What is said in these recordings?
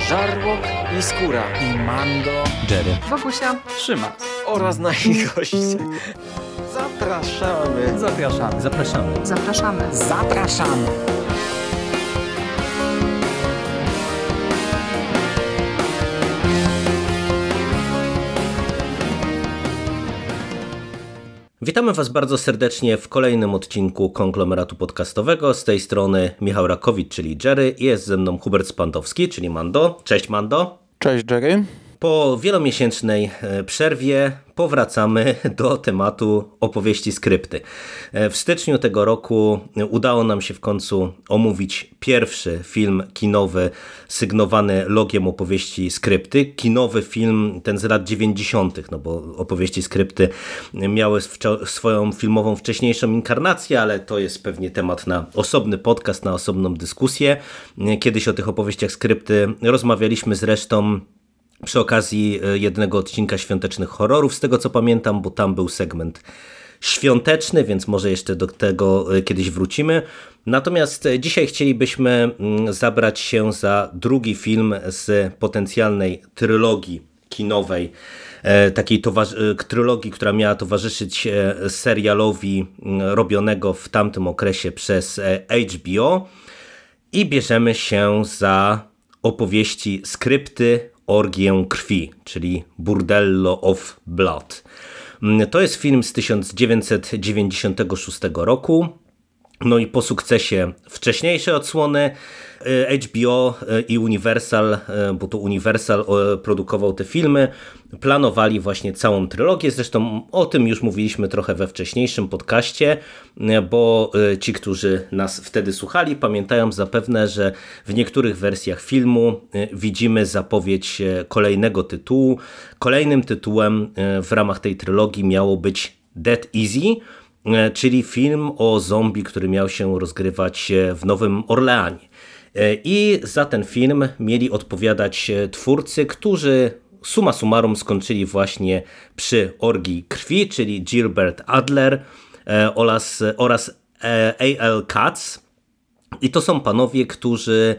Żarłok i Skóra i Mando, Jerry, Wokusia, Szymas oraz nasi goście. Zapraszamy. Zapraszamy. zapraszamy. zapraszamy. Zapraszamy. Witamy Was bardzo serdecznie w kolejnym odcinku Konglomeratu Podcastowego. Z tej strony Michał Rakowicz, czyli Jerry. Jest ze mną Hubert Spandowski, czyli Mando. Cześć Mando. Cześć Jerry. Po wielomiesięcznej przerwie powracamy do tematu opowieści skrypty. W styczniu tego roku udało nam się w końcu omówić pierwszy film kinowy sygnowany logiem opowieści skrypty. Kinowy film ten z lat 90., no bo opowieści skrypty miały swoją filmową wcześniejszą inkarnację, ale to jest pewnie temat na osobny podcast, na osobną dyskusję. Kiedyś o tych opowieściach skrypty rozmawialiśmy zresztą przy okazji jednego odcinka Świątecznych Horrorów, z tego co pamiętam, bo tam był segment świąteczny, więc może jeszcze do tego kiedyś wrócimy. Natomiast dzisiaj chcielibyśmy zabrać się za drugi film z potencjalnej trylogii kinowej, takiej trylogii, która miała towarzyszyć serialowi robionego w tamtym okresie przez HBO, i bierzemy się za opowieści skrypty Orgię krwi, czyli Burdello of Blood. To jest film z 1996 roku. No i po sukcesie wcześniejszej odsłony HBO i Universal, bo to Universal produkował te filmy, planowali właśnie całą trylogię. Zresztą o tym już mówiliśmy trochę we wcześniejszym podcaście, bo ci, którzy nas wtedy słuchali, pamiętają zapewne, że w niektórych wersjach filmu widzimy zapowiedź kolejnego tytułu. Kolejnym tytułem w ramach tej trylogii miało być Dead Easy, czyli film o zombie, który miał się rozgrywać w Nowym Orleanie. I za ten film mieli odpowiadać twórcy, którzy summa summarum skończyli właśnie przy Orgii krwi, czyli Gilbert Adler oraz A.L. Katz. I to są panowie, którzy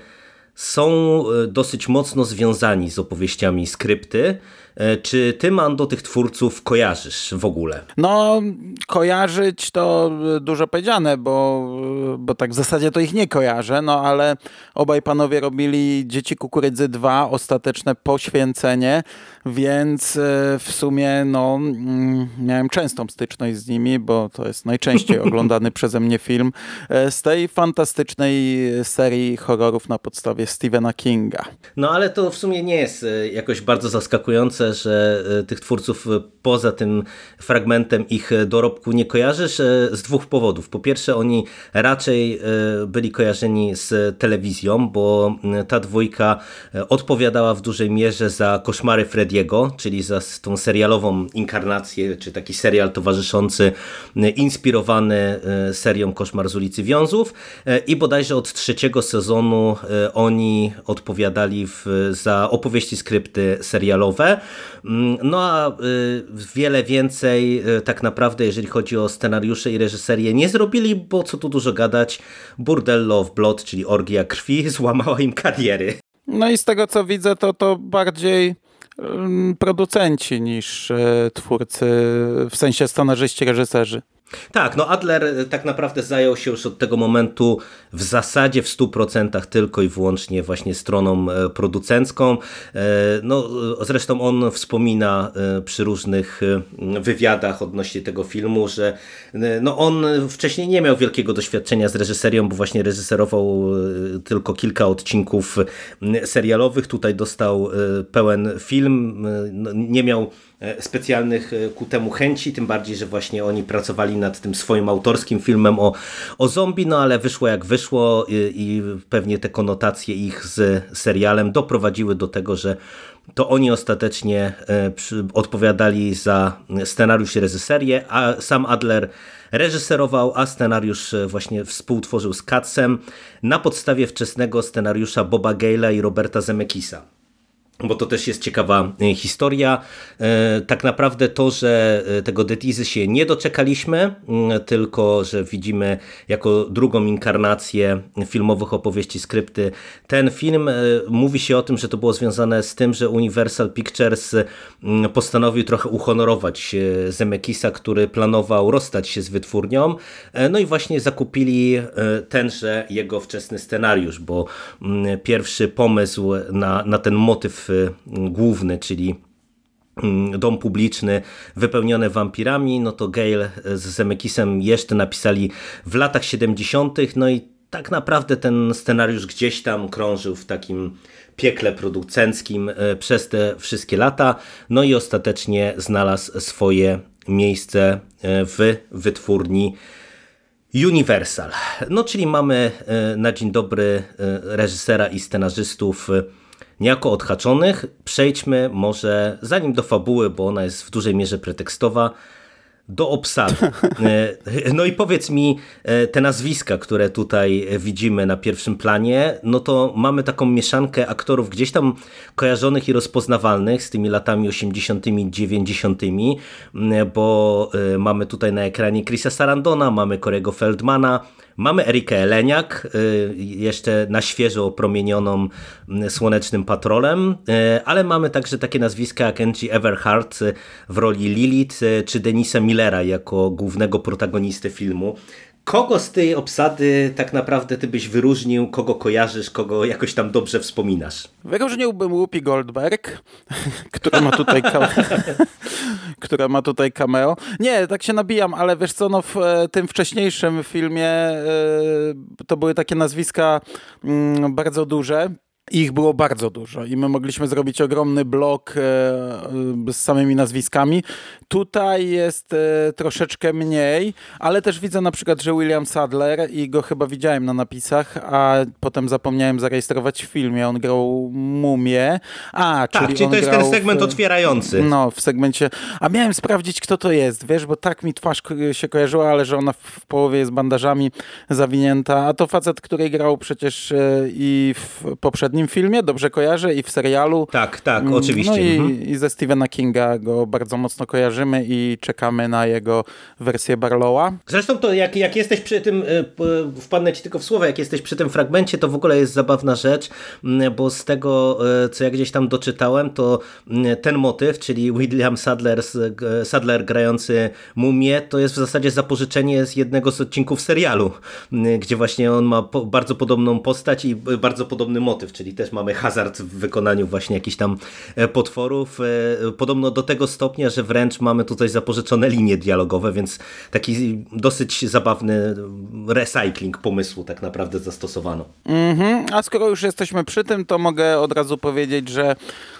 są dosyć mocno związani z opowieściami skrypty. Czy ty, Mando, tych twórców kojarzysz w ogóle? No, kojarzyć to dużo powiedziane, bo tak w zasadzie to ich nie kojarzę, no ale obaj panowie robili Dzieci Kukurydzy 2, ostateczne poświęcenie, więc w sumie no, miałem częstą styczność z nimi, bo to jest najczęściej oglądany przeze mnie film z tej fantastycznej serii horrorów na podstawie Stephena Kinga. No ale to w sumie nie jest jakoś bardzo zaskakujące, że tych twórców poza tym fragmentem ich dorobku nie kojarzysz z dwóch powodów. Po pierwsze, oni raczej byli kojarzeni z telewizją, bo ta dwójka odpowiadała w dużej mierze za Koszmary Frediego, czyli za tą serialową inkarnację, czy taki serial towarzyszący, inspirowany serią Koszmar z ulicy Wiązów, i bodajże od trzeciego sezonu oni odpowiadali za opowieści skrypty serialowe. No a wiele więcej tak naprawdę, jeżeli chodzi o scenariusze i reżyserię, nie zrobili, bo co tu dużo gadać, Burdello of Blood, czyli Orgia krwi, złamała im kariery. No i z tego co widzę, to bardziej producenci niż twórcy, w sensie scenarzyści, reżyserzy. Tak, no Adler tak naprawdę zajął się już od tego momentu w zasadzie w 100% tylko i wyłącznie właśnie stroną producencką. No, zresztą on wspomina przy różnych wywiadach odnośnie tego filmu, że no on wcześniej nie miał wielkiego doświadczenia z reżyserią, bo właśnie reżyserował tylko kilka odcinków serialowych. Tutaj dostał pełen film, nie miał specjalnych ku temu chęci, tym bardziej, że właśnie oni pracowali nad tym swoim autorskim filmem o zombie, no ale wyszło jak wyszło i pewnie te konotacje ich z serialem doprowadziły do tego, że to oni ostatecznie odpowiadali za scenariusz i reżyserię, a sam Adler reżyserował, a scenariusz właśnie współtworzył z Katzem na podstawie wczesnego scenariusza Boba Gale'a i Roberta Zemeckisa. bo to też jest ciekawa historia. Tak naprawdę to, że tego Dead Easy się nie doczekaliśmy, tylko że widzimy jako drugą inkarnację filmowych opowieści skrypty ten film, mówi się o tym, że to było związane z tym, że Universal Pictures postanowił trochę uhonorować Zemeckisa, który planował rozstać się z wytwórnią, no i właśnie zakupili tenże jego wczesny scenariusz, bo pierwszy pomysł na ten motyw główny, czyli dom publiczny wypełniony wampirami, no to Gale z Zemeckisem jeszcze napisali w latach 70., no i tak naprawdę ten scenariusz gdzieś tam krążył w takim piekle producenckim przez te wszystkie lata, no i ostatecznie znalazł swoje miejsce w wytwórni Universal. No czyli mamy na dzień dobry reżysera i scenarzystów niejako odhaczonych. Przejdźmy może, zanim do fabuły, bo ona jest w dużej mierze pretekstowa, do obsady. No i powiedz mi, te nazwiska, które tutaj widzimy na pierwszym planie, no to mamy taką mieszankę aktorów gdzieś tam kojarzonych i rozpoznawalnych z tymi latami 80., 90., bo mamy tutaj na ekranie Chrisa Sarandona, mamy Corey'ego Feldmana, mamy Erikę Eleniak, jeszcze na świeżo opromienioną Słonecznym Patrolem, ale mamy także takie nazwiska jak Angie Everhart w roli Lilith, czy Denisa Millera jako głównego protagonistę filmu. Kogo z tej obsady tak naprawdę ty byś wyróżnił, kogo kojarzysz, kogo jakoś tam dobrze wspominasz? Wyróżniłbym Whoopi Goldberg, która ma tutaj cameo. Nie, tak się nabijam, ale wiesz co, no w tym wcześniejszym filmie to były takie nazwiska bardzo duże. Ich było bardzo dużo i my mogliśmy zrobić ogromny blok z samymi nazwiskami. Tutaj jest troszeczkę mniej, ale też widzę na przykład, że William Sadler i go chyba widziałem na napisach, a potem zapomniałem zarejestrować w filmie. On grał Mumię. Czyli to jest ten segment otwierający. No, w segmencie. A miałem sprawdzić, kto to jest, wiesz, bo tak mi twarz się kojarzyła, ale że ona w połowie jest bandażami zawinięta. A to facet, który grał przecież i w poprzednim filmie, dobrze kojarzę, i w serialu. Tak, oczywiście. No i ze Stephena Kinga go bardzo mocno kojarzymy i czekamy na jego wersję Barlowa. Zresztą to jak jesteś przy tym, wpadnę ci tylko w słowo, jak jesteś przy tym fragmencie, to w ogóle jest zabawna rzecz, bo z tego, co ja gdzieś tam doczytałem, to ten motyw, czyli William Sadler grający Mumię, to jest w zasadzie zapożyczenie z jednego z odcinków serialu, gdzie właśnie on ma bardzo podobną postać i bardzo podobny motyw, czyli też mamy hazard w wykonaniu właśnie jakichś tam potworów. Podobno do tego stopnia, że wręcz mamy tutaj zapożyczone linie dialogowe, więc taki dosyć zabawny recycling pomysłu tak naprawdę zastosowano. A skoro już jesteśmy przy tym, to mogę od razu powiedzieć, że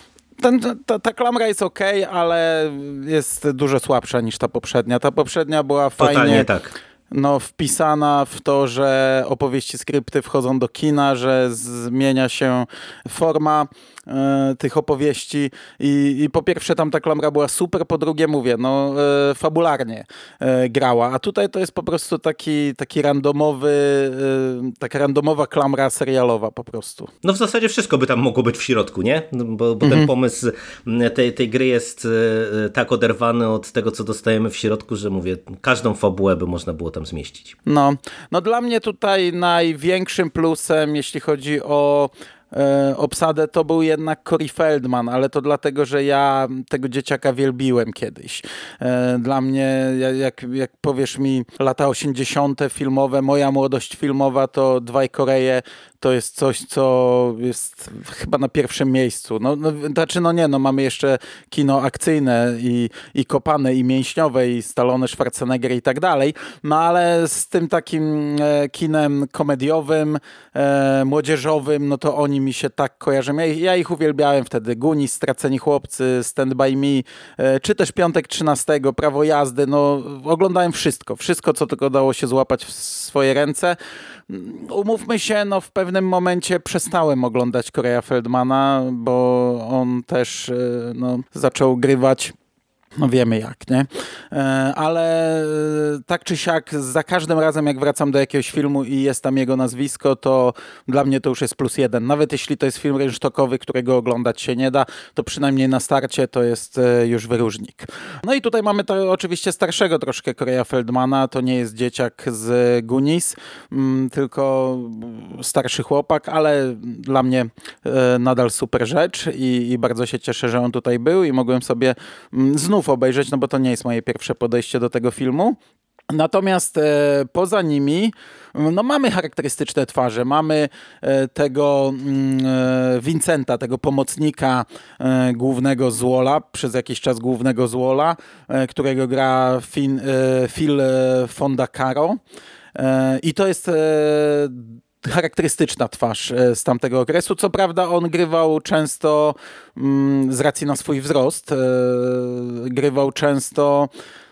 ta klamra jest okej, ale jest dużo słabsza niż ta poprzednia. Ta poprzednia była fajnie... Totalnie tak. No, wpisana w to, że opowieści skrypty wchodzą do kina, że zmienia się forma tych opowieści i po pierwsze tam ta klamra była super, po drugie mówię, no fabularnie grała, a tutaj to jest po prostu taki randomowy, taka randomowa klamra serialowa po prostu. No w zasadzie wszystko by tam mogło być w środku, nie? Bo ten pomysł tej gry jest tak oderwany od tego, co dostajemy w środku, że mówię, każdą fabułę by można było tam zmieścić. No dla mnie tutaj największym plusem, jeśli chodzi o obsadę, to był jednak Corey Feldman, ale to dlatego, że ja tego dzieciaka wielbiłem kiedyś. Dla mnie, jak powiesz mi lata 80. filmowe, moja młodość filmowa, to Dwaj Koreje to jest coś, co jest chyba na pierwszym miejscu. Mamy jeszcze kino akcyjne i kopane, i mięśniowe, i Stallone, Schwarzenegger i tak dalej, no ale z tym takim kinem komediowym, młodzieżowym, no to oni mi się tak kojarzą. Ja ich uwielbiałem wtedy. Goonies, Straceni chłopcy, Stand By Me, czy też Piątek 13, Prawo jazdy, no oglądałem wszystko, co tylko dało się złapać w swoje ręce. Umówmy się, no w pewnym momencie przestałem oglądać Corey'a Feldmana, bo on też zaczął grywać No wiemy jak, nie? Ale tak czy siak za każdym razem jak wracam do jakiegoś filmu i jest tam jego nazwisko, to dla mnie to już jest +1. Nawet jeśli to jest film rynsztokowy, którego oglądać się nie da, to przynajmniej na starcie to jest już wyróżnik. No i tutaj mamy to oczywiście starszego troszkę Corey'a Feldmana. To nie jest dzieciak z Goonies, tylko starszy chłopak, ale dla mnie nadal super rzecz i bardzo się cieszę, że on tutaj był i mogłem sobie znów obejrzeć, no bo to nie jest moje pierwsze podejście do tego filmu. Natomiast poza nimi no mamy charakterystyczne twarze. Mamy tego Vincenta, tego pomocnika głównego złola, przez jakiś czas głównego złola, którego gra Phil Fondacaro. I to jest charakterystyczna twarz z tamtego okresu. Co prawda on grywał często, z racji na swój wzrost, grywał często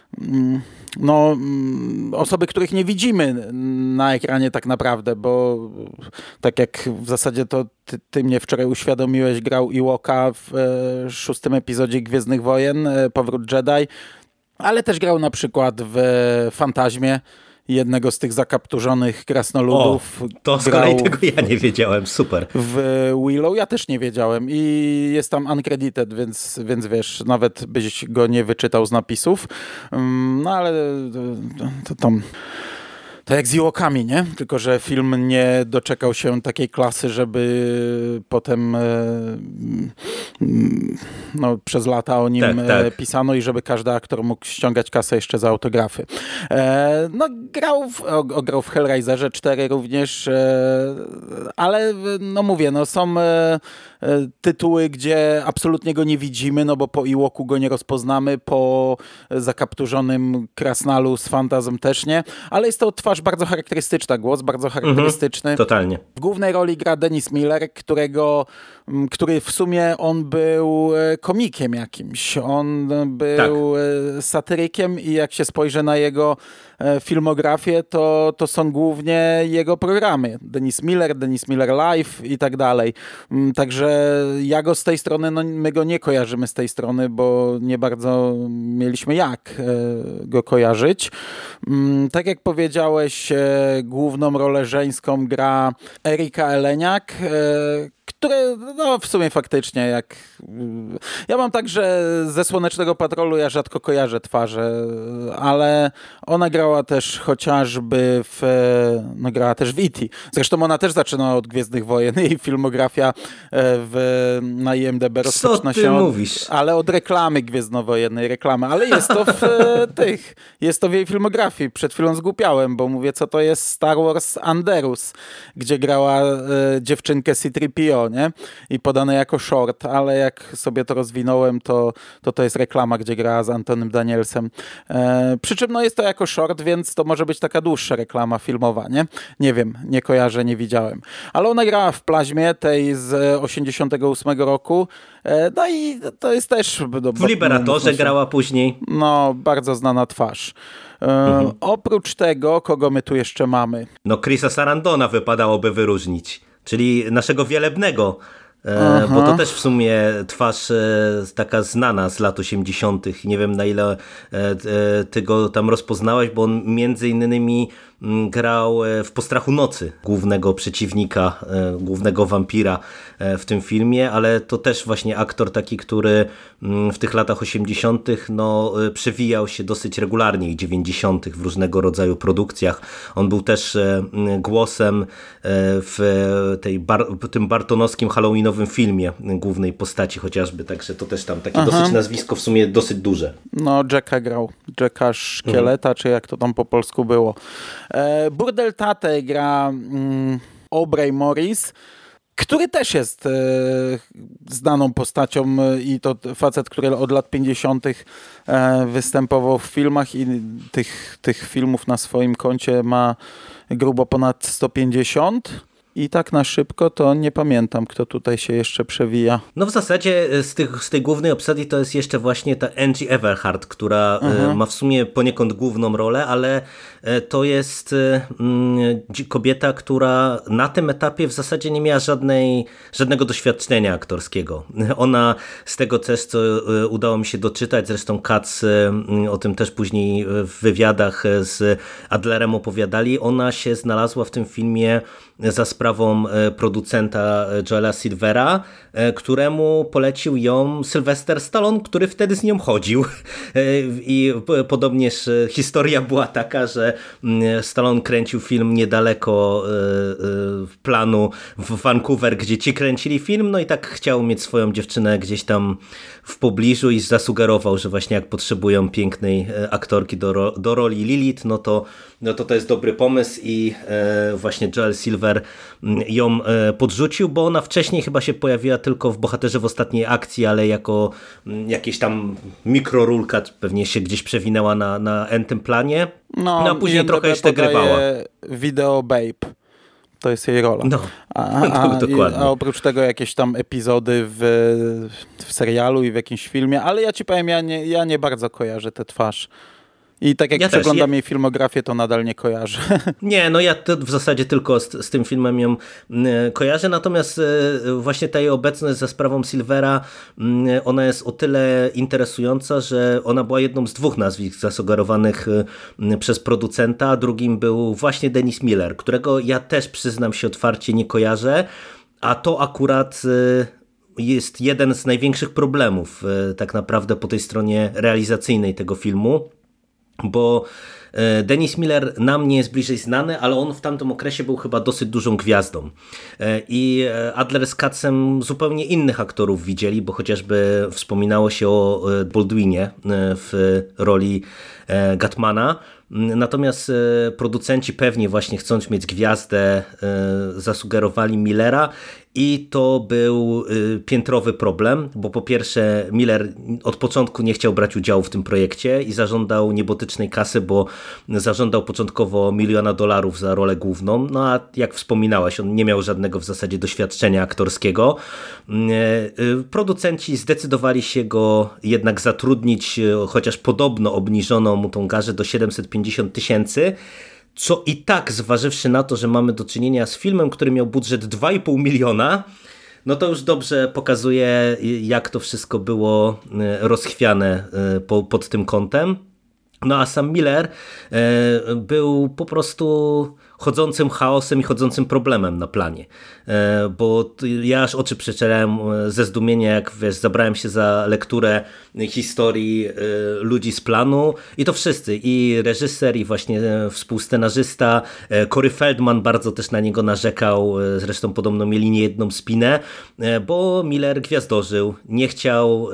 osoby, których nie widzimy na ekranie tak naprawdę, bo tak jak w zasadzie to ty mnie wczoraj uświadomiłeś, grał Ewoka w 6. epizodzie Gwiezdnych Wojen, Powrót Jedi, ale też grał na przykład w Fantaźmie, jednego z tych zakapturzonych krasnoludów. To z kolei tego ja nie wiedziałem, super. W Willow ja też nie wiedziałem i jest tam uncredited, więc wiesz, nawet byś go nie wyczytał z napisów. No ale to tam... To jak z Ewokami, nie? Tylko że film nie doczekał się takiej klasy, żeby potem przez lata o nim pisano i żeby każdy aktor mógł ściągać kasę jeszcze za autografy. Grał w Hellraiserze 4 również, ale no mówię, no są tytuły, gdzie absolutnie go nie widzimy, no bo po Ewoku go nie rozpoznamy, po zakapturzonym Krasnalu z Fantazm też nie, ale jest to twarz bardzo charakterystyczna, głos bardzo charakterystyczny. Totalnie. W głównej roli gra Dennis Miller, który w sumie on był komikiem jakimś. On był satyrykiem i jak się spojrzy na jego filmografię, to są głównie jego programy. Dennis Miller Live i tak dalej. Także ja go z tej strony, my go nie kojarzymy z tej strony, bo nie bardzo mieliśmy jak go kojarzyć. Tak jak powiedziałeś, główną rolę żeńską gra Erika Eleniak, które w sumie faktycznie ja mam tak, że ze Słonecznego Patrolu ja rzadko kojarzę twarze, ale ona grała też chociażby grała też w E.T. Zresztą ona też zaczynała od Gwiezdnych Wojen. Jej filmografia na IMDb rozpoczyna się ale od reklamy gwiezdnowojennej reklamy, ale jest to jest to w jej filmografii. Przed chwilą zgłupiałem, bo mówię, co to jest Star Wars Anderus, gdzie grała dziewczynkę C-3PO, nie? I podane jako short, ale jak sobie to rozwinąłem, to jest reklama, gdzie grała z Antonym Danielsem. Przy czym jest to jako short, więc to może być taka dłuższa reklama filmowa, nie? Nie wiem, nie kojarzę, nie widziałem. Ale ona grała w Plaźmie, tej z 88 roku. No i to jest też... W Liberatorze grała później. No, bardzo znana twarz. Oprócz tego, kogo my tu jeszcze mamy? No, Chrisa Sarandona wypadałoby wyróżnić, czyli naszego Wielebnego, bo to też w sumie twarz taka znana z lat 80. Nie wiem, na ile ty go tam rozpoznałeś, bo on między innymi grał w Postrachu nocy głównego przeciwnika, głównego wampira w tym filmie, ale to też właśnie aktor taki, który w tych latach 80. przewijał się dosyć regularnie i 90. w różnego rodzaju produkcjach. On był też głosem w tym bartonowskim halloweenowym filmie głównej postaci chociażby, także to też tam takie dosyć nazwisko w sumie dosyć duże. No, Jacka grał. Jacka Szkieleta, czy jak to tam po polsku było. Burdel Tate gra Aubrey Morris, który też jest znaną postacią i to facet, który od lat 50. Występował w filmach i tych filmów na swoim koncie ma grubo ponad 150. I tak na szybko to nie pamiętam, kto tutaj się jeszcze przewija. No w zasadzie z tej głównej obsady to jest jeszcze właśnie ta Angie Everhart, która ma w sumie poniekąd główną rolę, ale to jest kobieta, która na tym etapie w zasadzie nie miała żadnego doświadczenia aktorskiego. Ona z tego też, co udało mi się doczytać, zresztą Katz o tym też później w wywiadach z Adlerem opowiadali, ona się znalazła w tym filmie za sprawą producenta Joela Silvera, któremu polecił ją Sylvester Stallone, który wtedy z nią chodził. I podobnież historia była taka, że Stallone kręcił film niedaleko planu w Vancouver, gdzie ci kręcili film, no i tak chciał mieć swoją dziewczynę gdzieś tam w pobliżu i zasugerował, że właśnie jak potrzebują pięknej aktorki do roli Lilith, no to jest dobry pomysł i właśnie Joel Silver ją podrzucił, bo ona wcześniej chyba się pojawiła tylko w Bohaterze w ostatniej akcji, ale jako jakieś tam mikrorulka pewnie się gdzieś przewinęła na entym planie, no a później trochę jeszcze grywała. Video Babe. To jest jej rola. No, dokładnie. A oprócz tego jakieś tam epizody w serialu i w jakimś filmie, ale ja ci powiem, ja nie bardzo kojarzę tę twarz. I tak jak przeglądam jej filmografię, to nadal nie kojarzę. Nie, no ja w zasadzie tylko z tym filmem ją kojarzę, natomiast właśnie ta jej obecność za sprawą Silvera, ona jest o tyle interesująca, że ona była jedną z dwóch nazwisk zasugerowanych przez producenta, a drugim był właśnie Dennis Miller, którego ja też przyznam się otwarcie nie kojarzę, a to akurat jest jeden z największych problemów tak naprawdę po tej stronie realizacyjnej tego filmu, bo Dennis Miller nam nie jest bliżej znany, ale on w tamtym okresie był chyba dosyć dużą gwiazdą. I Adler z Katzem zupełnie innych aktorów widzieli, bo chociażby wspominało się o Baldwinie w roli Gatmana. Natomiast producenci pewnie właśnie chcąc mieć gwiazdę zasugerowali Millera i to był piętrowy problem, bo po pierwsze Miller od początku nie chciał brać udziału w tym projekcie i zażądał niebotycznej kasy, bo zażądał początkowo $1 milion za rolę główną, no a jak wspominałaś, on nie miał żadnego w zasadzie doświadczenia aktorskiego. Producenci zdecydowali się go jednak zatrudnić, chociaż podobno obniżono mu tą garzę do 750 000, co i tak zważywszy na to, że mamy do czynienia z filmem, który miał budżet 2,5 miliona, no to już dobrze pokazuje, jak to wszystko było rozchwiane pod tym kątem. No a sam Miller był po prostu chodzącym chaosem i chodzącym problemem na planie, bo ja aż oczy przecierałem ze zdumienia, jak zabrałem się za lekturę historii ludzi z planu i to wszyscy, i reżyser, i właśnie współscenarzysta. Corey Feldman bardzo też na niego narzekał, zresztą podobno mieli niejedną spinę, bo Miller gwiazdorzył, nie chciał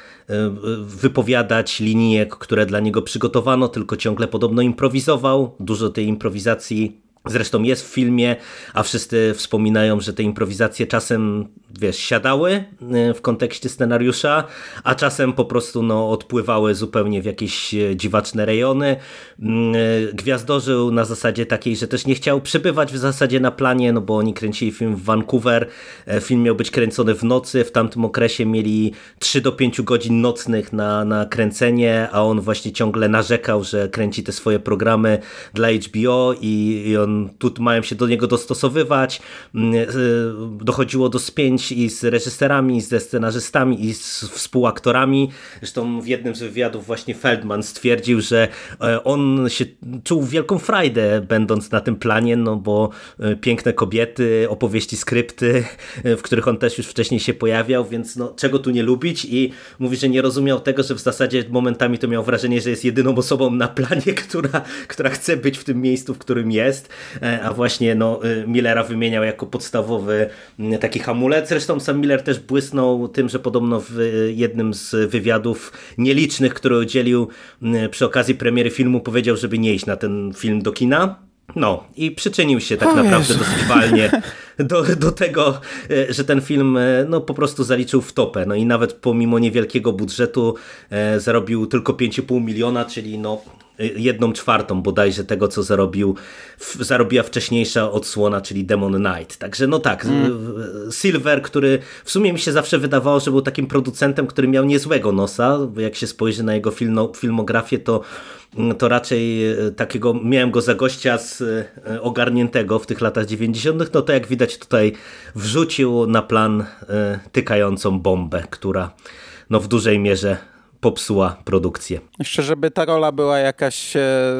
wypowiadać linijek, które dla niego przygotowano, tylko ciągle podobno improwizował. Dużo tej improwizacji zresztą jest w filmie, a wszyscy wspominają, że te improwizacje czasem, siadały w kontekście scenariusza, a czasem po prostu odpływały zupełnie w jakieś dziwaczne rejony. Gwiazdorzył na zasadzie takiej, że też nie chciał przebywać w zasadzie na planie, bo oni kręcili film w Vancouver. Film miał być kręcony w nocy, w tamtym okresie mieli 3 do 5 godzin nocnych na kręcenie, a on właśnie ciągle narzekał, że kręci te swoje programy dla HBO i tu mają się do niego dostosowywać. Dochodziło do spięć i z reżyserami, i ze scenarzystami, i z współaktorami. Zresztą w jednym z wywiadów właśnie Feldman stwierdził, że on się czuł wielką frajdę będąc na tym planie, bo piękne kobiety, opowieści, skrypty, w których on też już wcześniej się pojawiał, więc czego tu nie lubić, i mówi, że nie rozumiał tego, że w zasadzie momentami to miał wrażenie, że jest jedyną osobą na planie, która chce być w tym miejscu, w którym jest, a właśnie Millera wymieniał jako podstawowy taki hamulec. Zresztą sam Miller też błysnął tym, że podobno w jednym z wywiadów nielicznych, które udzielił przy okazji premiery filmu, powiedział, żeby nie iść na ten film do kina. I przyczynił się tak naprawdę dosyć walnie do tego, że ten film po prostu zaliczył w topę. I nawet pomimo niewielkiego budżetu zarobił tylko 5,5 miliona, czyli 1/4 bodajże tego, co zarobiła wcześniejsza odsłona, czyli Demon Knight. Także no tak, Silver, który w sumie mi się zawsze wydawało, że był takim producentem, który miał niezłego nosa, bo jak się spojrzy na jego filmografię, to raczej takiego, miałem go za gościa ogarniętego w tych latach 90., no to jak widać tutaj wrzucił na plan tykającą bombę, która no w dużej mierze popsuła produkcję. Jeszcze żeby ta rola była jakaś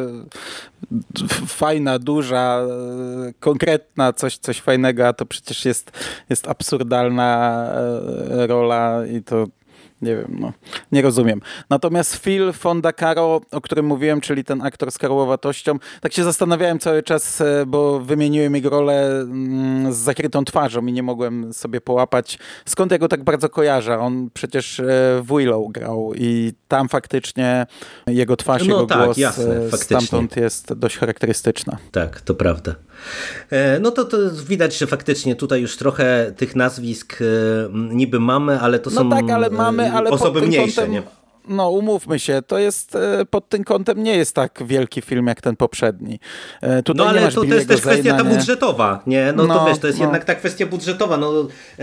fajna, duża, konkretna, coś fajnego, a to przecież jest absurdalna rola i to nie wiem, no, nie rozumiem. Natomiast Phil Fonda Caro, o którym mówiłem, czyli ten aktor z karłowatością, tak się zastanawiałem cały czas, bo wymieniłem jego rolę z zakrytą twarzą i nie mogłem sobie połapać, skąd ja go tak bardzo kojarzę. On przecież w Willow grał i tam faktycznie jego twarz, jego głos stamtąd jest dość charakterystyczna. Tak, to prawda. No to widać, że faktycznie tutaj już trochę tych nazwisk niby mamy, ale to są tak, ale mamy, ale osoby mniejsze, kątem, nie? No umówmy się, to jest pod tym kątem nie jest tak wielki film jak ten poprzedni. Tutaj no ale nie masz to jest też kwestia ta budżetowa, nie? No to wiesz, to jest jednak ta kwestia budżetowa. No,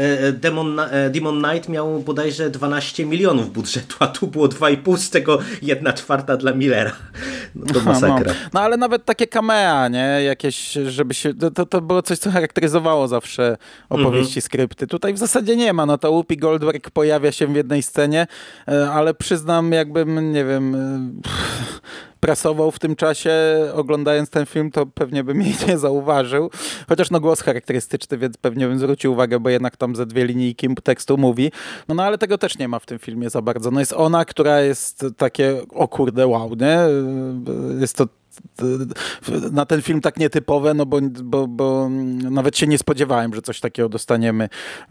Demon Knight miał bodajże 12 milionów budżetu, a tu było 2,5, z tego 1/4 dla Millera. No to masakra. No ale nawet takie camea, nie? Jakieś, żeby się... To było coś, co charakteryzowało zawsze opowieści, skrypty. Tutaj w zasadzie nie ma. No to Whoopi Goldberg pojawia się w jednej scenie, ale przyznam, jakbym, nie wiem, prasował w tym czasie, oglądając ten film, to pewnie bym jej nie zauważył. Chociaż no głos charakterystyczny, więc pewnie bym zwrócił uwagę, bo jednak tam ze 2 linijki tekstu mówi. No ale tego też nie ma w tym filmie za bardzo. No jest ona, która jest takie, o kurde, wow, nie? Jest to na ten film tak nietypowe, no bo nawet się nie spodziewałem, że coś takiego dostaniemy.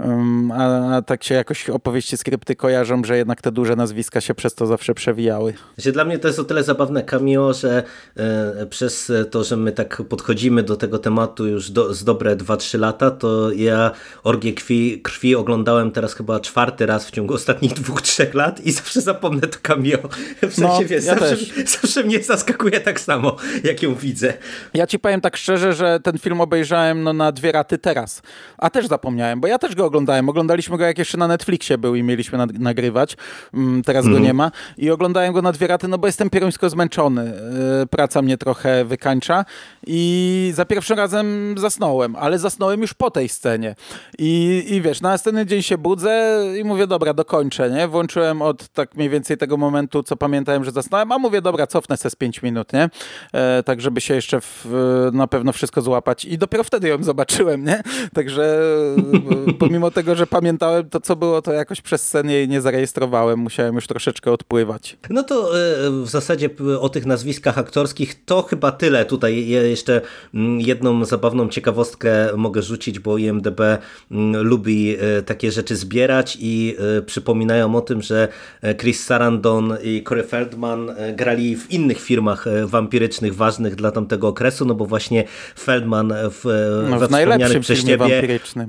A tak się jakoś opowieści, skrypty kojarzą, że jednak te duże nazwiska się przez to zawsze przewijały. Dla mnie to jest o tyle zabawne cameo, że przez to, że my tak podchodzimy do tego tematu już z dobre 2-3 lata, to ja Orgię krwi oglądałem teraz chyba 4. raz w ciągu ostatnich 2-3 lat i zawsze zapomnę to cameo. W sensie, wiesz, zawsze mnie zaskakuje tak samo, jak ją widzę. Ja ci powiem tak szczerze, że ten film obejrzałem na 2 raty teraz. A też zapomniałem, bo ja też go oglądałem. Oglądaliśmy go jak jeszcze na Netflixie był i mieliśmy nagrywać. Teraz go nie ma. I oglądałem go na 2 raty, no bo jestem pieruńsko zmęczony. Praca mnie trochę wykańcza. I za pierwszym razem zasnąłem, ale zasnąłem już po tej scenie. I wiesz, na następny dzień się budzę i mówię, dobra, dokończę, nie? Włączyłem od tak mniej więcej tego momentu, co pamiętałem, że zasnąłem, a mówię, dobra, cofnę se z 5 minut, nie? Tak, żeby się jeszcze na pewno wszystko złapać. I dopiero wtedy ją zobaczyłem, nie? Także pomimo tego, że pamiętałem to, co było, to jakoś przez scenę jej nie zarejestrowałem. Musiałem już troszeczkę odpływać. No to w zasadzie o tych nazwiskach aktorskich to chyba tyle. Tutaj jeszcze jedną zabawną ciekawostkę mogę rzucić, bo IMDb lubi takie rzeczy zbierać i przypominają o tym, że Chris Sarandon i Corey Feldman grali w innych filmach wampirycznych ważnych dla tamtego okresu, no bo właśnie Feldman we wspomnianych przez ciebie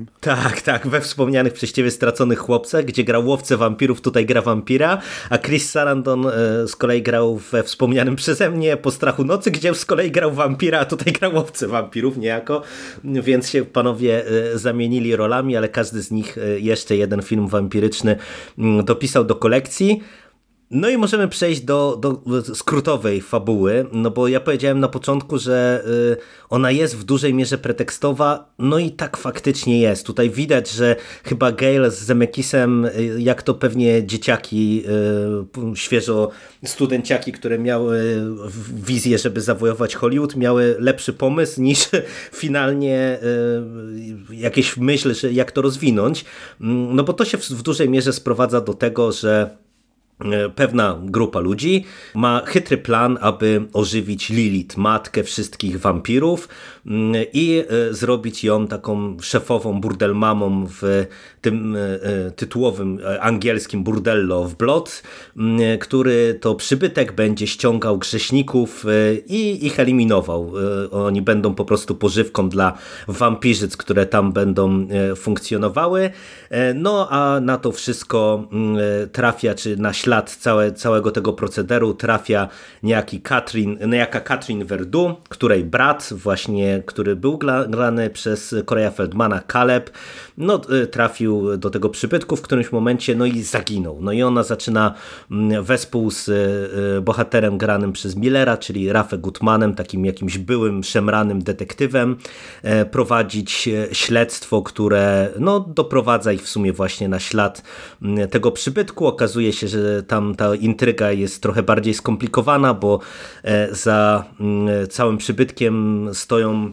we wspomnianych przez ciebie Straconych chłopcach, gdzie grał łowcę wampirów, tutaj gra wampira, a Chris Sarandon z kolei grał we wspomnianym przeze mnie Po strachu nocy, gdzie z kolei grał wampira, a tutaj grał łowcę wampirów niejako, więc się panowie zamienili rolami, ale każdy z nich jeszcze jeden film wampiryczny dopisał do kolekcji. No i możemy przejść do skrótowej fabuły, no bo ja powiedziałem na początku, że ona jest w dużej mierze pretekstowa, no i tak faktycznie jest. Tutaj widać, że chyba Gale z Zemeckisem, jak to pewnie dzieciaki, świeżo studenciaki, które miały wizję, żeby zawojować Hollywood, miały lepszy pomysł niż finalnie jakieś myśl, że jak to rozwinąć. No bo to się w dużej mierze sprowadza do tego, że pewna grupa ludzi ma chytry plan, aby ożywić Lilith, matkę wszystkich wampirów i zrobić ją taką szefową burdelmamą w tym tytułowym angielskim Burdello of Blood, który to przybytek będzie ściągał grzeszników i ich eliminował. Oni będą po prostu pożywką dla wampirzyc, które tam będą funkcjonowały. No a na to wszystko trafia, czy na ślad całego tego procederu trafia niejaka Katrin Verdu, której brat właśnie, który był grany przez Coreya Feldmana, Caleb, no trafił do tego przybytku w którymś momencie, no i zaginął. No i ona zaczyna wespół z bohaterem granym przez Millera, czyli Rafę Gutmanem, takim jakimś byłym szemranym detektywem, prowadzić śledztwo, które no doprowadza ich w sumie właśnie na ślad tego przybytku. Okazuje się, że tam ta intryga jest trochę bardziej skomplikowana, bo za całym przybytkiem stoją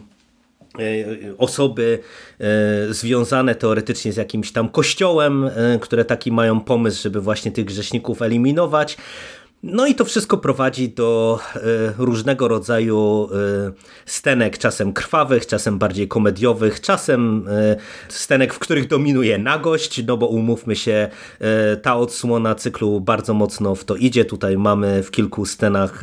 osoby związane teoretycznie z jakimś tam kościołem, które taki mają pomysł, żeby właśnie tych grzeszników eliminować. No i to wszystko prowadzi do różnego rodzaju scenek, czasem krwawych, czasem bardziej komediowych, czasem scenek, w których dominuje nagość, no bo umówmy się, ta odsłona cyklu bardzo mocno w to idzie. Tutaj mamy w kilku scenach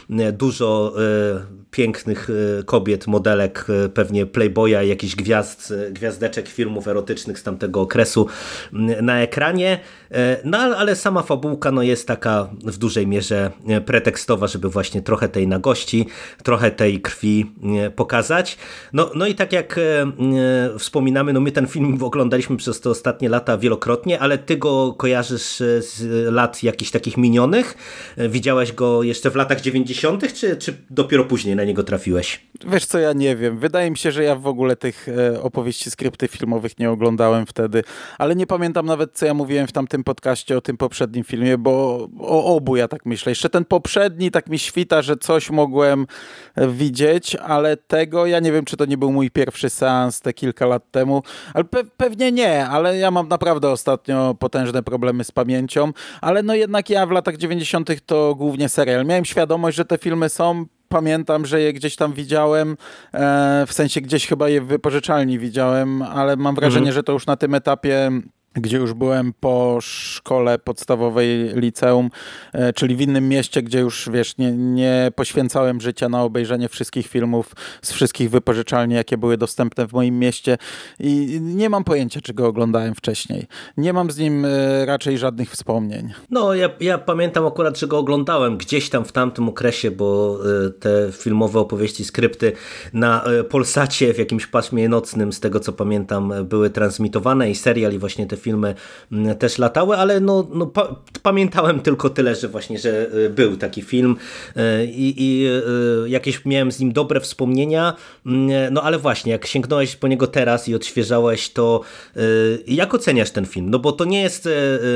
dużo pięknych kobiet, modelek, pewnie Playboya, jakichś gwiazdeczek filmów erotycznych z tamtego okresu na ekranie. No ale sama fabułka no, jest taka w dużej mierze pretekstowa, żeby właśnie trochę tej nagości, trochę tej krwi pokazać. No i tak jak wspominamy, no my ten film oglądaliśmy przez te ostatnie lata wielokrotnie, ale ty go kojarzysz z lat jakichś takich minionych? Widziałeś go jeszcze w latach 90., czy dopiero później na niego trafiłeś? Wiesz co, ja nie wiem. Wydaje mi się, że ja w ogóle tych opowieści, skrypty filmowych nie oglądałem wtedy, ale nie pamiętam nawet, co ja mówiłem w tamtym podcaście o tym poprzednim filmie, bo o obu ja tak myślę. Jeszcze ten poprzedni tak mi świta, że coś mogłem widzieć, ale tego ja nie wiem, czy to nie był mój pierwszy seans te kilka lat temu, ale pewnie nie, ale ja mam naprawdę ostatnio potężne problemy z pamięcią, ale no jednak ja w latach 90. to głównie serial. Miałem świadomość, że te filmy są. Pamiętam, że je gdzieś tam widziałem, w sensie gdzieś chyba je w wypożyczalni widziałem, ale mam wrażenie, że to już na tym etapie, gdzie już byłem po szkole podstawowej, liceum, czyli w innym mieście, gdzie już, wiesz, nie poświęcałem życia na obejrzenie wszystkich filmów z wszystkich wypożyczalni, jakie były dostępne w moim mieście i nie mam pojęcia, czy go oglądałem wcześniej. Nie mam z nim raczej żadnych wspomnień. No, ja pamiętam akurat, że go oglądałem gdzieś tam w tamtym okresie, bo te filmowe opowieści, skrypty na Polsacie w jakimś paśmie nocnym, z tego co pamiętam, były transmitowane i serial i właśnie te filmy też latały, ale pamiętałem tylko tyle, że właśnie, że był taki film i jakieś miałem z nim dobre wspomnienia, no ale właśnie, jak sięgnąłeś po niego teraz i odświeżałeś, to jak oceniasz ten film? No bo to nie jest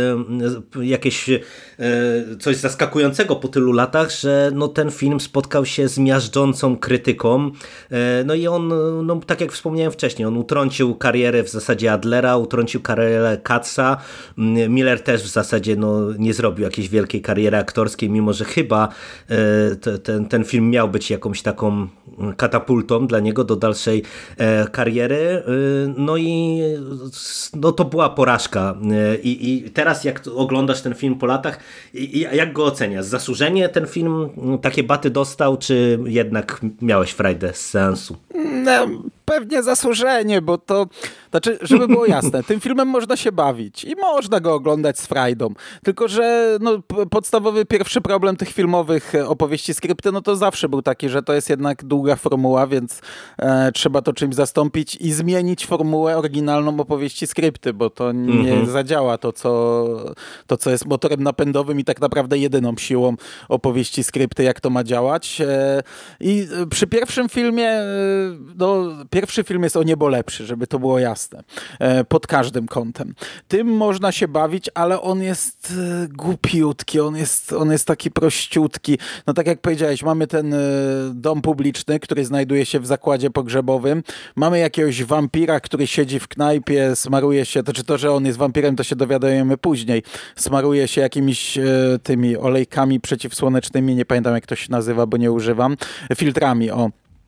jakieś coś zaskakującego po tylu latach, że no ten film spotkał się z miażdżącą krytyką, no i on, no tak jak wspomniałem wcześniej, on utrącił karierę w zasadzie Adlera, utrącił karierę Katza. Miller też w zasadzie no, nie zrobił jakiejś wielkiej kariery aktorskiej, mimo że chyba ten film miał być jakąś taką katapultą dla niego do dalszej kariery. No i no, to była porażka. I teraz jak oglądasz ten film po latach, jak go oceniasz? Zasłużenie ten film takie baty dostał, czy jednak miałeś frajdę z seansu? No, pewnie zasłużenie, bo to, znaczy, żeby było jasne, tym filmem można się bawić i można go oglądać z frajdą, tylko że no, podstawowy pierwszy problem tych filmowych opowieści, skrypty, no to zawsze był taki, że to jest jednak długa formuła, więc trzeba to czymś zastąpić i zmienić formułę oryginalną opowieści, skrypty, bo to nie zadziała to, co jest motorem napędowym i tak naprawdę jedyną siłą opowieści, skrypty, jak to ma działać. I przy pierwszym filmie, no, pierwszy film jest o niebo lepszy, żeby to było jasne. Pod każdym kątem. Tym można się bawić, ale on jest głupiutki, on jest taki prościutki. No tak jak powiedziałeś, mamy ten dom publiczny, który znajduje się w zakładzie pogrzebowym. Mamy jakiegoś wampira, który siedzi w knajpie, smaruje się, to czy to, że on jest wampirem, to się dowiadujemy później. Smaruje się jakimiś tymi olejkami przeciwsłonecznymi, nie pamiętam jak to się nazywa, bo nie używam. Filtrami, o.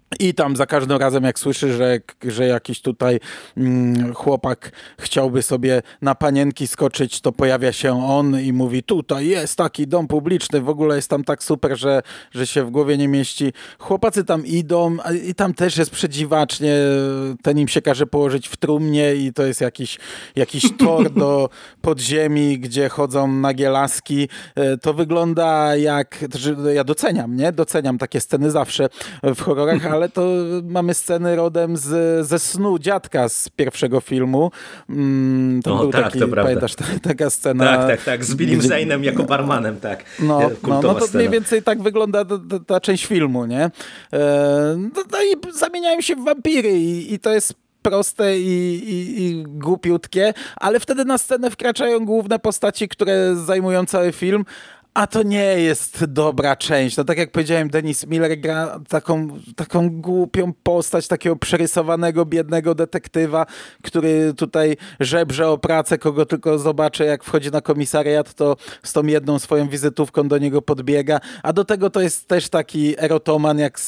I tam za każdym razem, jak słyszy, że jakiś tutaj chłopak chciałby sobie na panienki skoczyć, to pojawia się on i mówi, tutaj jest taki dom publiczny, w ogóle jest tam tak super, że się w głowie nie mieści. Chłopacy tam idą i tam też jest przedziwacznie, ten im się każe położyć w trumnie i to jest jakiś tor do podziemi, gdzie chodzą nagie laski. To wygląda jak, ja doceniam, nie? Doceniam takie sceny zawsze w horrorach, ale to mamy sceny rodem ze snu dziadka z pierwszego filmu. To był tak, taki, to prawda. pamiętasz, taka scena. Tak, z Billim Zane'em jako barmanem, tak. No to scena. mniej więcej tak wygląda ta część filmu, nie? No i zamieniają się w wampiry i to jest proste i głupiutkie, ale wtedy na scenę wkraczają główne postaci, które zajmują cały film, a to nie jest dobra część. No tak jak powiedziałem, Dennis Miller gra taką głupią postać, takiego przerysowanego, biednego detektywa, który tutaj żebrze o pracę, kogo tylko zobaczy, jak wchodzi na komisariat, to z tą jedną swoją wizytówką do niego podbiega, a do tego to jest też taki erotoman, jak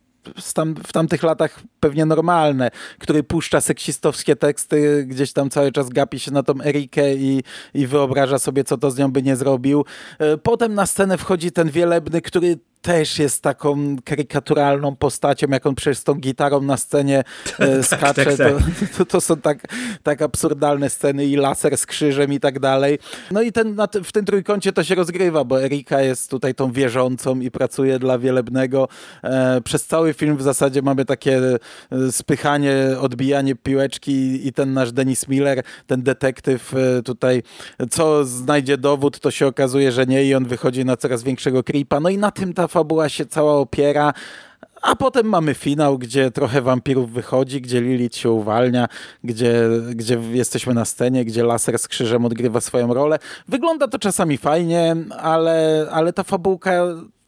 w tamtych latach pewnie normalne, który puszcza seksistowskie teksty, gdzieś tam cały czas gapi się na tą Erikę i wyobraża sobie, co to z nią by nie zrobił. Potem na scenę wchodzi ten Wielebny, który też jest taką karykaturalną postacią, jak on przecież z tą gitarą na scenie skacze. Tak. To są tak absurdalne sceny i laser z krzyżem i tak dalej. No i w tym trójkącie to się rozgrywa, bo Erika jest tutaj tą wierzącą i pracuje dla Wielebnego. Przez cały film w zasadzie mamy takie spychanie, odbijanie piłeczki i ten nasz Dennis Miller, ten detektyw tutaj, co znajdzie dowód, to się okazuje, że nie i on wychodzi na coraz większego creepa. No i na tym ta fabuła się cała opiera, a potem mamy finał, gdzie trochę wampirów wychodzi, gdzie Lilith się uwalnia, gdzie jesteśmy na scenie, gdzie laser z krzyżem odgrywa swoją rolę. Wygląda to czasami fajnie, ale ta fabułka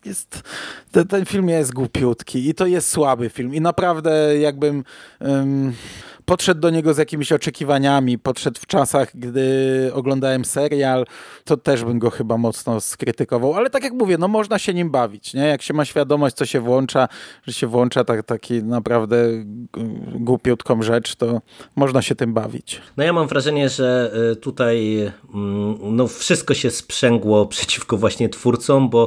ten film jest głupiutki i to jest słaby film i naprawdę jakbym podszedł do niego z jakimiś oczekiwaniami, podszedł w czasach, gdy oglądałem serial, to też bym go chyba mocno skrytykował, ale tak jak mówię, no można się nim bawić, nie? Jak się ma świadomość, co się włącza, że się włącza taki naprawdę głupiutką rzecz, to można się tym bawić. No ja mam wrażenie, że tutaj no wszystko się sprzęgło przeciwko właśnie twórcom, bo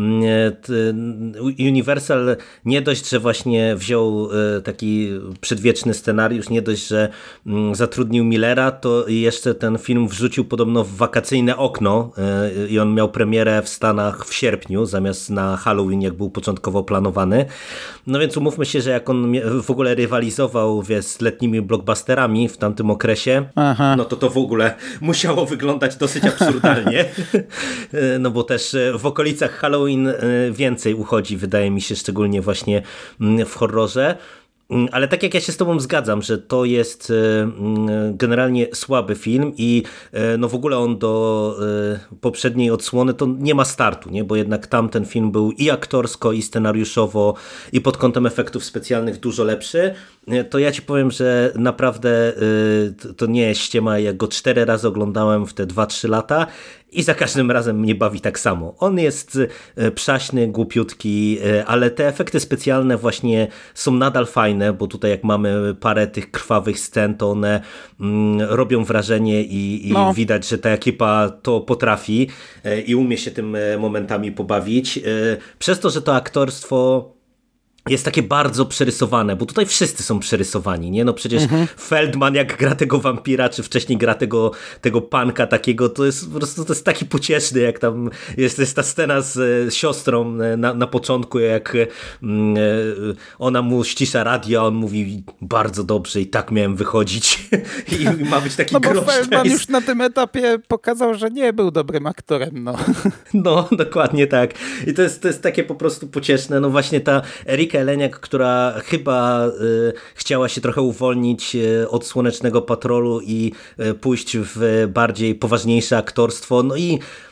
Universal nie dość, że właśnie wziął taki przedwieczny scenariusz, nie dość, że zatrudnił Millera, to jeszcze ten film wrzucił podobno w wakacyjne okno i on miał premierę w Stanach w sierpniu, zamiast na Halloween, jak był początkowo planowany. No więc umówmy się, że jak on w ogóle rywalizował z letnimi blockbusterami w tamtym okresie, no to w ogóle musiało wyglądać dosyć absurdalnie. No bo też w okolicach Halloween więcej uchodzi, wydaje mi się, szczególnie właśnie w horrorze. Ale tak jak ja się z tobą zgadzam, że to jest generalnie słaby film i no w ogóle on do poprzedniej odsłony to nie ma startu, nie? Bo jednak tamten film był i aktorsko, i scenariuszowo, i pod kątem efektów specjalnych dużo lepszy. To ja ci powiem, że naprawdę to nie jest ściema, jak go 4 razy oglądałem w te 2-3 lata i za każdym razem mnie bawi tak samo. On jest przaśny, głupiutki, ale te efekty specjalne właśnie są nadal fajne, bo tutaj jak mamy parę tych krwawych scen, to one robią wrażenie i widać, że ta ekipa to potrafi i umie się tym momentami pobawić. Przez to, że to aktorstwo jest takie bardzo przerysowane, bo tutaj wszyscy są przerysowani, nie? No przecież Feldman jak gra tego wampira, czy wcześniej gra tego panka takiego, to jest po prostu to jest taki pocieszny, jak tam jest ta scena z siostrą na początku, jak ona mu ścisza radio, a on mówi bardzo dobrze i tak miałem wychodzić i ma być taki groźny. No bo Feldman już na tym etapie pokazał, że nie był dobrym aktorem, no. No, dokładnie tak. I to jest takie po prostu pocieszne. No właśnie ta Erika Eleniak, która chyba chciała się trochę uwolnić od Słonecznego Patrolu i pójść w bardziej poważniejsze aktorstwo. No i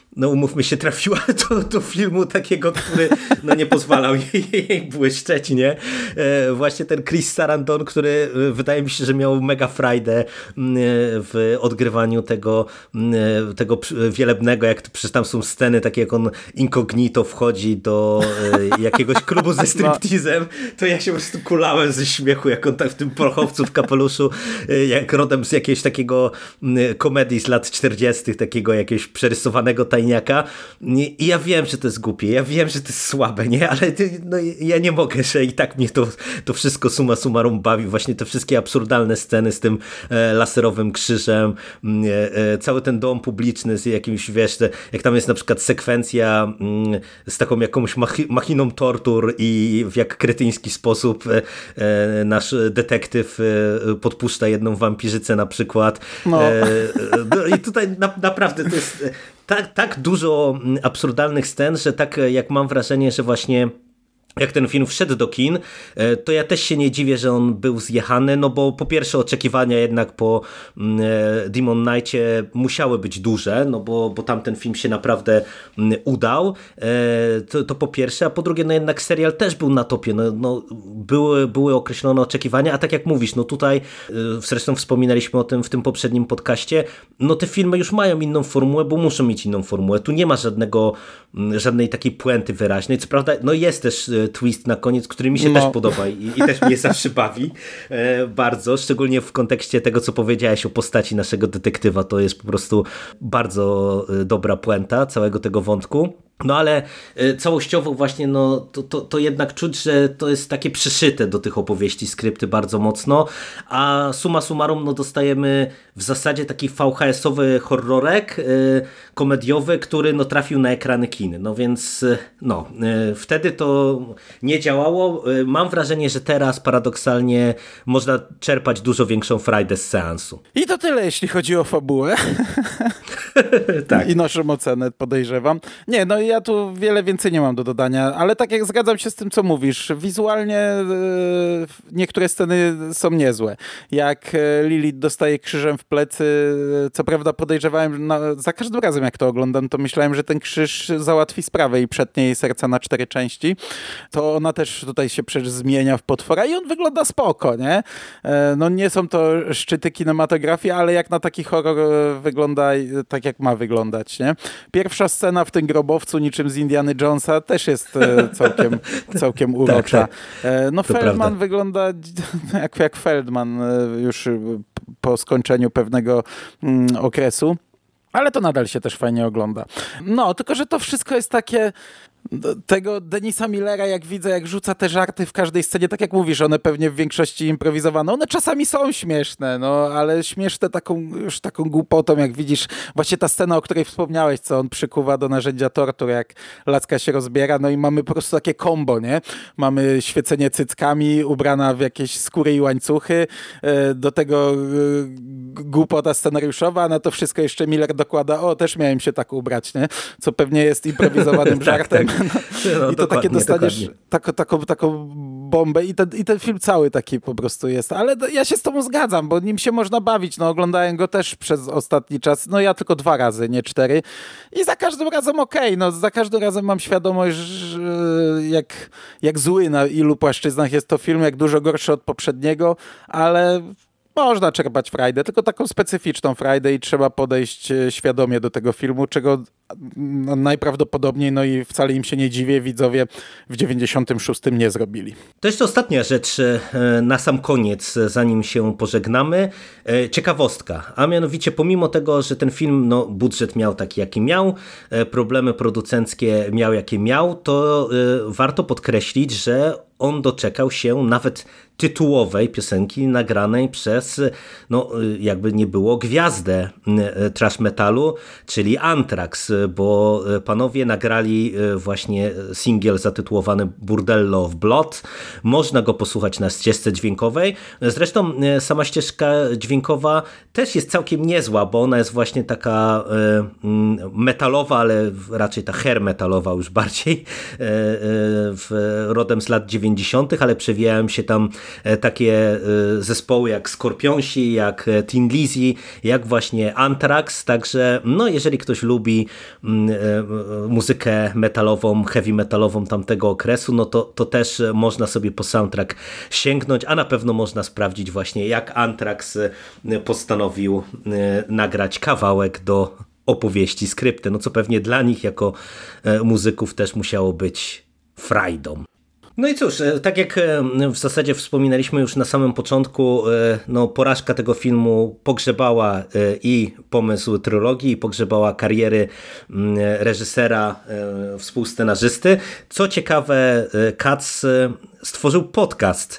no umówmy się, trafiła do filmu takiego, który no nie pozwalał jej błyszczeć, nie? Właśnie ten Chris Sarandon, który wydaje mi się, że miał mega frajdę w odgrywaniu tego Wielebnego, jak przecież tam są sceny takie, jak on incognito wchodzi do jakiegoś klubu ze striptizem, to ja się po prostu kulałem ze śmiechu, jak on tak w tym prochowcu w kapeluszu, jak rodem z jakiegoś takiego komedii z lat 40., takiego jakiegoś przerysowanego tajniaka. I ja wiem, że to jest głupie, ja wiem, że to jest słabe, nie? Ale no, ja nie mogę, że i tak mnie to wszystko summa summarum bawi. Właśnie te wszystkie absurdalne sceny z tym laserowym krzyżem, cały ten dom publiczny z jakimś, wiesz, jak tam jest na przykład sekwencja z taką jakąś machiną tortur i w jak kretyński sposób nasz detektyw podpuszcza jedną wampirzycę na przykład. No. I tutaj naprawdę to jest tak dużo absurdalnych scen, że tak jak mam wrażenie, że właśnie jak ten film wszedł do kin, to ja też się nie dziwię, że on był zjechany, no bo po pierwsze oczekiwania jednak po Demon Knightie musiały być duże, no bo tamten film się naprawdę udał, to po pierwsze, a po drugie, no jednak serial też był na topie, no były określone oczekiwania, a tak jak mówisz, no tutaj, zresztą wspominaliśmy o tym w tym poprzednim podcaście, no te filmy już mają inną formułę, bo muszą mieć inną formułę, tu nie ma żadnej takiej puenty wyraźnej, co prawda, no jest też twist na koniec, który mi się też podoba i też mnie zawsze bawi bardzo, szczególnie w kontekście tego, co powiedziałeś o postaci naszego detektywa, to jest po prostu bardzo dobra puenta całego tego wątku. No ale całościowo właśnie no, to jednak czuć, że to jest takie przyszyte do tych opowieści, skrypty bardzo mocno, a summa summarum no, dostajemy w zasadzie taki VHS-owy horrorek komediowy, który no, trafił na ekrany kin. No więc no, wtedy to nie działało. Mam wrażenie, że teraz paradoksalnie można czerpać dużo większą frajdę z seansu. I to tyle, jeśli chodzi o fabułę. Tak. I naszą ocenę, podejrzewam. Nie, no ja tu wiele więcej nie mam do dodania, ale tak jak zgadzam się z tym, co mówisz, wizualnie niektóre sceny są niezłe. Jak Lilith dostaje krzyżem w plecy, co prawda podejrzewałem, za każdym razem jak to oglądam, to myślałem, że ten krzyż załatwi sprawę i przetnie jej serca na 4 części. To ona też tutaj się przecież zmienia w potwora i on wygląda spoko, nie? No nie są to szczyty kinematografii, ale jak na taki horror wygląda tak, jak ma wyglądać, nie? Pierwsza scena w tym grobowcu niczym z Indiana Jonesa też jest całkiem urocza. Tak. No to Feldman prawda. Wygląda jak Feldman już po skończeniu pewnego okresu. Ale to nadal się też fajnie ogląda. No, tylko że to wszystko jest takie... Tego Denisa Millera, jak widzę, jak rzuca te żarty w każdej scenie, tak jak mówisz, one pewnie w większości improwizowane. One czasami są śmieszne, no, ale śmieszne taką głupotą, jak widzisz, właśnie ta scena, o której wspomniałeś, co on przykuwa do narzędzia tortur, jak Lacka się rozbiera, no i mamy po prostu takie kombo, nie? Mamy świecenie cyckami, ubrana w jakieś skóry i łańcuchy, do tego głupota scenariuszowa, a na to wszystko jeszcze Miller dokłada, też miałem się tak ubrać, nie? Co pewnie jest improwizowanym żartem. Tak. No, i to takie dostaniesz taką bombę i ten film cały taki po prostu jest. Ale ja się z tobą zgadzam, bo nim się można bawić. No, oglądałem go też przez ostatni czas. No ja tylko 2 razy, nie 4. I za każdym razem okej. No, za każdym razem mam świadomość, że jak zły na ilu płaszczyznach jest to film, jak dużo gorszy od poprzedniego, ale... Można czerpać frajdę, tylko taką specyficzną frajdę i trzeba podejść świadomie do tego filmu, czego najprawdopodobniej, no i wcale im się nie dziwię, widzowie w 96 nie zrobili. To jeszcze ostatnia rzecz na sam koniec, zanim się pożegnamy. Ciekawostka, a mianowicie pomimo tego, że ten film budżet miał taki jaki miał, problemy producenckie miał jakie miał, to warto podkreślić, że on doczekał się nawet tytułowej piosenki nagranej przez, jakby nie było, gwiazdę thrash metalu, czyli Anthrax, bo panowie nagrali właśnie singiel zatytułowany Burdello of Blood. Można go posłuchać na ścieżce dźwiękowej. Zresztą sama ścieżka dźwiękowa też jest całkiem niezła, bo ona jest właśnie taka metalowa, ale raczej ta hair metalowa już bardziej, rodem z lat 90. 90., ale przewijają się tam takie zespoły jak Skorpionsi, jak Thin Lizzy, jak właśnie Anthrax, także no jeżeli ktoś lubi muzykę metalową, heavy metalową tamtego okresu, no to też można sobie po soundtrack sięgnąć, a na pewno można sprawdzić właśnie jak Anthrax postanowił nagrać kawałek do opowieści Skrypty, no co pewnie dla nich jako muzyków też musiało być frajdą. No i cóż, tak jak w zasadzie wspominaliśmy już na samym początku, no porażka tego filmu pogrzebała i pomysł trylogii, i pogrzebała kariery reżysera, współscenarzysty. Co ciekawe, Katz stworzył podcast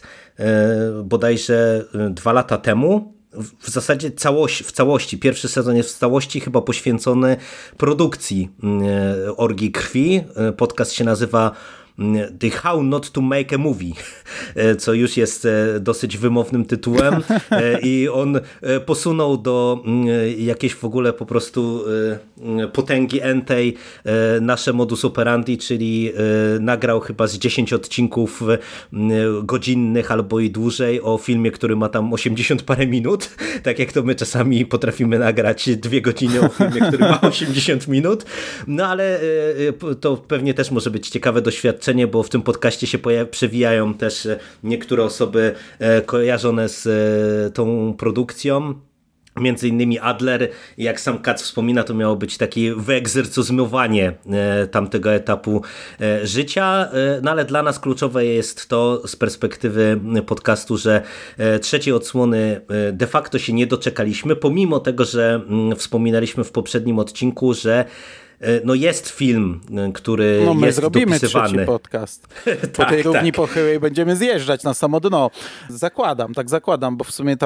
bodajże 2 lata temu, w zasadzie w całości, pierwszy sezon jest w całości chyba poświęcony produkcji Orgii Krwi. Podcast się nazywa The How Not to Make a Movie, co już jest dosyć wymownym tytułem i on posunął do jakiejś w ogóle po prostu potęgi entej nasze modus operandi, czyli nagrał chyba z 10 odcinków godzinnych albo i dłużej o filmie, który ma tam 80 parę minut, tak jak to my czasami potrafimy nagrać 2 godziny o filmie, który ma 80 minut, no ale to pewnie też może być ciekawe doświadczenie, bo w tym podcaście się przewijają też niektóre osoby kojarzone z tą produkcją. Między innymi Adler, jak sam Katz wspomina, to miało być takie wyegzorcyzowanie tamtego etapu życia, no ale dla nas kluczowe jest to z perspektywy podcastu, że 3. odsłony de facto się nie doczekaliśmy, pomimo tego, że wspominaliśmy w poprzednim odcinku, że no jest film, który no my jest zrobimy dopisywany. 3. podcast. Po tej równi pochyłej będziemy zjeżdżać na samo dno. Zakładam, bo w sumie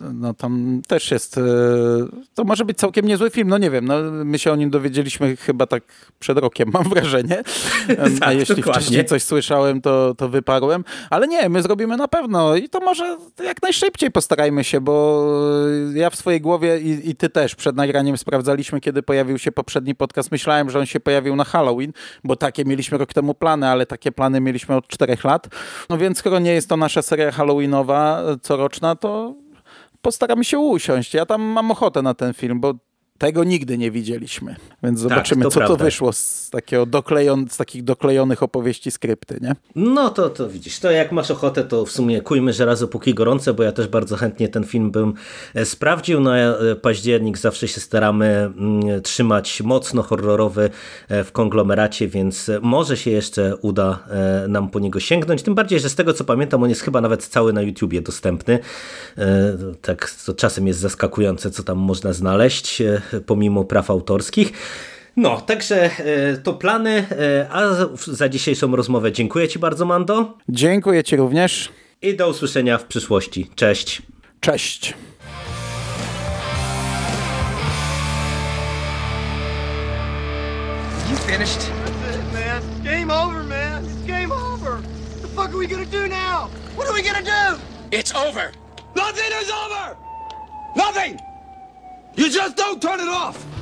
tam też jest, to może być całkiem niezły film, no nie wiem, no my się o nim dowiedzieliśmy chyba tak przed rokiem, mam wrażenie. A jeśli dokładnie. wcześniej coś słyszałem, to wyparłem. Ale nie, my zrobimy na pewno i to może jak najszybciej postarajmy się, bo ja w swojej głowie i ty też przed nagraniem sprawdzaliśmy, kiedy pojawił się poprzedni podcast. Myślałem, że on się pojawił na Halloween, bo takie mieliśmy rok temu plany, ale takie plany mieliśmy od 4 lat. No więc skoro nie jest to nasza seria halloweenowa coroczna, to postaramy się usiąść. Ja tam mam ochotę na ten film, bo tego nigdy nie widzieliśmy. Więc zobaczymy, co to wyszło z takich doklejonych opowieści Skrypty, nie? No to widzisz, to jak masz ochotę, to w sumie kujmy żelazo póki gorące, bo ja też bardzo chętnie ten film bym sprawdził. No październik zawsze się staramy trzymać mocno horrorowy w konglomeracie, więc może się jeszcze uda nam po niego sięgnąć. Tym bardziej, że z tego co pamiętam, on jest chyba nawet cały na YouTubie dostępny. Tak to czasem jest zaskakujące, co tam można znaleźć pomimo praw autorskich. No, także to plany, a za dzisiejszą rozmowę dziękuję Ci bardzo, Mando. Dziękuję Ci również. I do usłyszenia w przyszłości. Cześć. Cześć. You finished? That's it, man. It's game over, man. It's game over. What the fuck are we gonna do now? What are we gonna do? It's over. Nothing is over! Nothing! You just don't turn it off!